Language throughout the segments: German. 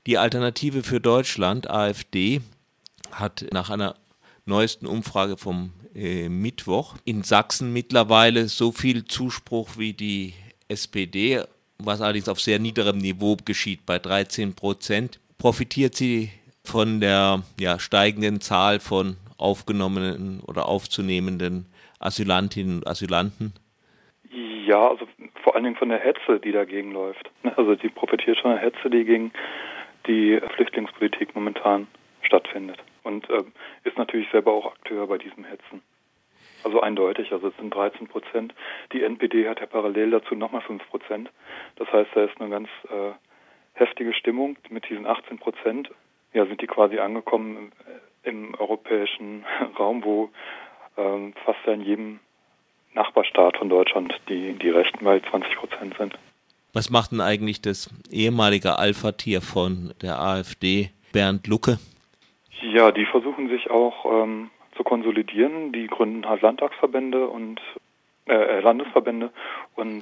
Die Alternative für Deutschland, AfD, hat nach einer neuesten Umfrage vom Mittwoch in Sachsen mittlerweile so viel Zuspruch wie die SPD, was allerdings auf sehr niederem Niveau geschieht, bei 13%. Profitiert sie von der steigenden Zahl von aufgenommenen oder aufzunehmenden Asylantinnen und Asylanten? Ja, also vor allen Dingen von der Hetze, die dagegen läuft. Also die profitiert von der Hetze, die gegen die Flüchtlingspolitik momentan stattfindet. Und ist natürlich selber auch Akteur bei diesem Hetzen. Also eindeutig, also es sind 13%. Die NPD hat ja parallel dazu nochmal 5%. Das heißt, da ist eine ganz heftige Stimmung. Mit diesen 18% sind die quasi angekommen im europäischen Raum, wo fast in jedem Nachbarstaat von Deutschland die Rechten bei 20% sind. Was macht denn eigentlich das ehemalige Alpha-Tier von der AfD, Bernd Lucke? Ja, die versuchen sich auch zu konsolidieren. Die gründen halt Landtagsverbände und Landesverbände und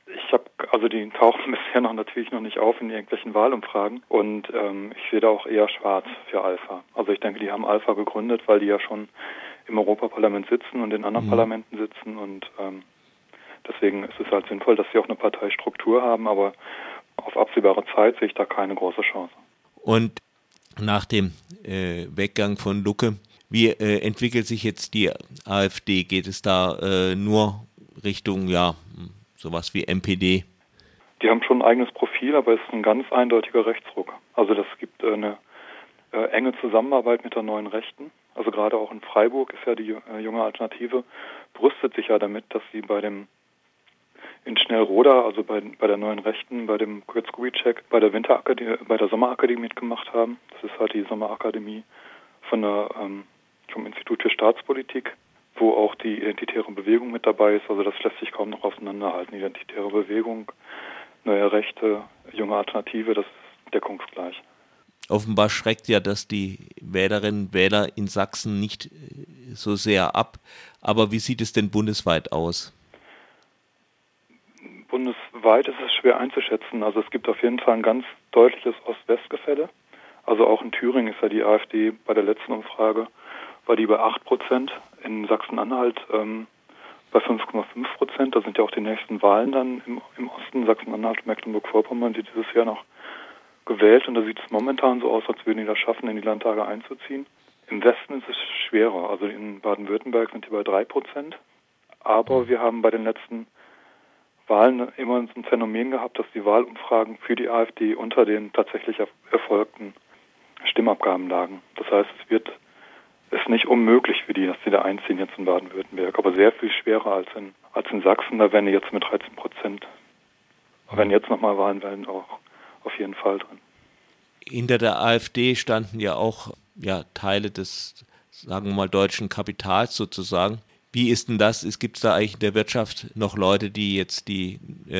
die tauchen bisher natürlich noch nicht auf in irgendwelchen Wahlumfragen und ich sehe da auch eher schwarz für Alpha. Also ich denke, die haben Alpha gegründet, weil die ja schon im Europaparlament sitzen und in anderen Parlamenten sitzen und deswegen ist es halt sinnvoll, dass sie auch eine Parteistruktur haben, aber auf absehbare Zeit sehe ich da keine große Chance. Und nach dem Weggang von Lucke, wie entwickelt sich jetzt die AfD? Geht es da nur Richtung, sowas wie NPD? Die haben schon ein eigenes Profil, aber es ist ein ganz eindeutiger Rechtsruck. Also das gibt eine enge Zusammenarbeit mit der neuen Rechten. Also gerade auch in Freiburg ist ja die junge Alternative, brüstet sich ja damit, dass sie in Schnellroda, also bei der neuen Rechten, bei dem Kurt Kubitschek, bei der Sommerakademie mitgemacht haben. Das ist halt die Sommerakademie vom Institut für Staatspolitik, wo auch die identitäre Bewegung mit dabei ist. Also das lässt sich kaum noch auseinanderhalten. Identitäre Bewegung, neue Rechte, junge Alternative, das ist deckungsgleich. Offenbar schreckt ja das die Wählerinnen und Wähler in Sachsen nicht so sehr ab. Aber wie sieht es denn bundesweit aus? Bundesweit ist es schwer einzuschätzen. Also es gibt auf jeden Fall ein ganz deutliches Ost-West-Gefälle. Also auch in Thüringen ist ja die AfD bei der letzten Umfrage, war die bei 8%, in Sachsen-Anhalt bei 5,5%. Da sind ja auch die nächsten Wahlen dann im Osten, Sachsen-Anhalt, Mecklenburg-Vorpommern, die dieses Jahr noch gewählt. Und da sieht es momentan so aus, als würden die das schaffen, in die Landtage einzuziehen. Im Westen ist es schwerer. Also in Baden-Württemberg sind die bei 3%. Aber wir haben bei den letzten Wahlen immer so ein Phänomen gehabt, dass die Wahlumfragen für die AfD unter den tatsächlich erfolgten Stimmabgaben lagen. Das heißt, es ist nicht unmöglich für die, dass sie da einziehen jetzt in Baden-Württemberg, aber sehr viel schwerer als in Sachsen. Da wären die jetzt mit 13%, wenn jetzt nochmal Wahlen werden, auch auf jeden Fall drin. Hinter der AfD standen ja auch Teile des, sagen wir mal, deutschen Kapitals sozusagen. Wie ist denn das? Gibt es da eigentlich in der Wirtschaft noch Leute, die jetzt die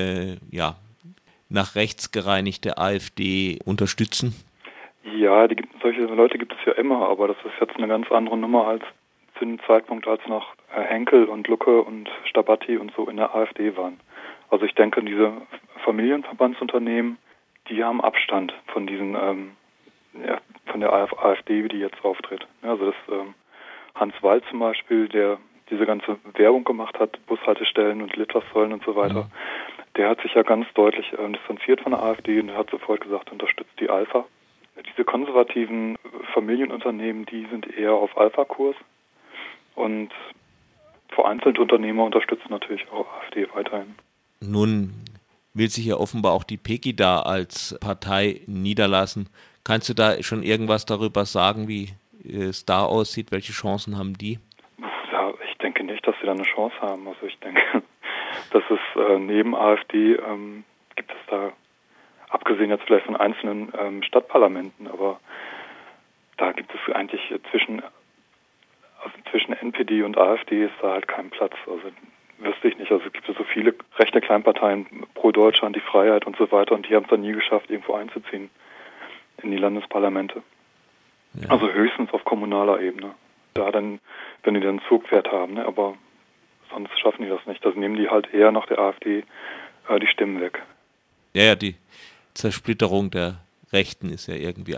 nach rechts gereinigte AfD unterstützen? Ja, solche Leute gibt es ja immer, aber das ist jetzt eine ganz andere Nummer als zu dem Zeitpunkt, als noch Henkel und Lucke und Stabatti und so in der AfD waren. Also ich denke, diese Familienverbandsunternehmen, die haben Abstand von diesen von der AfD, wie die jetzt auftritt. Also das Hans Wald zum Beispiel, der diese ganze Werbung gemacht hat, Bushaltestellen und Litfaßsäulen und so weiter, der hat sich ja ganz deutlich distanziert von der AfD und hat sofort gesagt, unterstützt die Alpha. Diese konservativen Familienunternehmen, die sind eher auf Alpha-Kurs und vereinzelte Unternehmer unterstützen natürlich auch AfD weiterhin. Nun will sich ja offenbar auch die Pegida als Partei niederlassen. Kannst du da schon irgendwas darüber sagen, wie es da aussieht? Welche Chancen haben die? Ja, ich denke nicht, dass sie da eine Chance haben. Also ich denke, dass es neben AfD gibt es da, abgesehen jetzt vielleicht von einzelnen Stadtparlamenten, aber da gibt es eigentlich zwischen NPD und AfD ist da halt kein Platz. Also wüsste ich nicht. Also es gibt ja so viele rechte Kleinparteien pro Deutschland, die Freiheit und so weiter, und die haben es dann nie geschafft, irgendwo einzuziehen in die Landesparlamente. Ja. Also höchstens auf kommunaler Ebene. Da dann, wenn die dann ein Zugpferd haben, ne? Aber sonst schaffen die das nicht. Das nehmen die halt eher nach der AfD die Stimmen weg. Ja, die Zersplitterung der Rechten ist ja irgendwie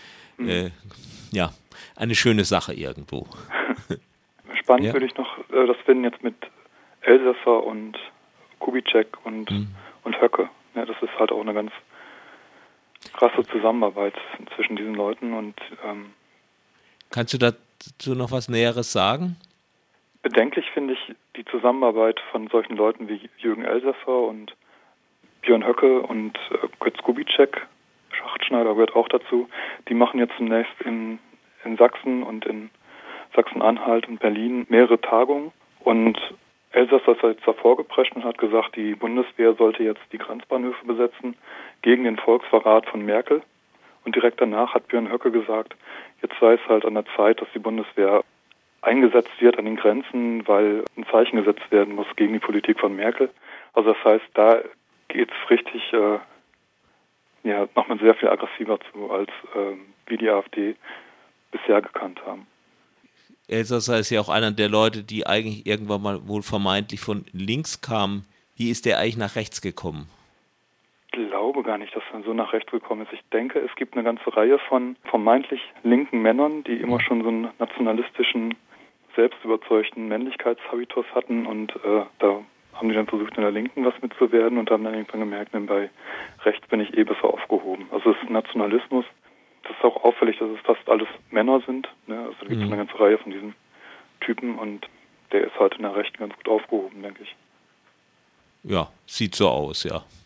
eine schöne Sache irgendwo. Spannend würde ich noch das finden jetzt mit Elsässer und Kubitschek und Höcke. Ja, das ist halt auch eine ganz krasse Zusammenarbeit zwischen diesen Leuten. Und kannst du dazu noch was Näheres sagen? bedenklich finde ich die Zusammenarbeit von solchen Leuten wie Jürgen Elsässer und Björn Höcke und Götz Kubitschek. Schachtschneider gehört auch dazu. Die machen jetzt zunächst in Sachsen und in Sachsen-Anhalt und Berlin mehrere Tagungen. Und Elsässer ist jetzt davor geprescht und hat gesagt, die Bundeswehr sollte jetzt die Grenzbahnhöfe besetzen gegen den Volksverrat von Merkel. Und direkt danach hat Björn Höcke gesagt, jetzt sei es halt an der Zeit, dass die Bundeswehr eingesetzt wird an den Grenzen, weil ein Zeichen gesetzt werden muss gegen die Politik von Merkel. Also das heißt, da geht es richtig nochmal sehr viel aggressiver zu, als wie die AfD bisher gekannt haben. Elsässer ist ja auch einer der Leute, die eigentlich irgendwann mal wohl vermeintlich von links kamen. Wie ist der eigentlich nach rechts gekommen? Ich glaube gar nicht, dass er so nach rechts gekommen ist. Ich denke, es gibt eine ganze Reihe von vermeintlich linken Männern, die immer schon so einen nationalistischen, selbstüberzeugten Männlichkeitshabitus hatten und da haben die dann versucht, in der Linken was mitzuwerden und haben dann irgendwann gemerkt, bei rechts bin ich besser aufgehoben. Also es ist Nationalismus. Das ist auch auffällig, dass es fast alles Männer sind. Ne? Also da gibt es eine ganze Reihe von diesen Typen und der ist halt in der Rechten ganz gut aufgehoben, denke ich. Ja, sieht so aus, ja.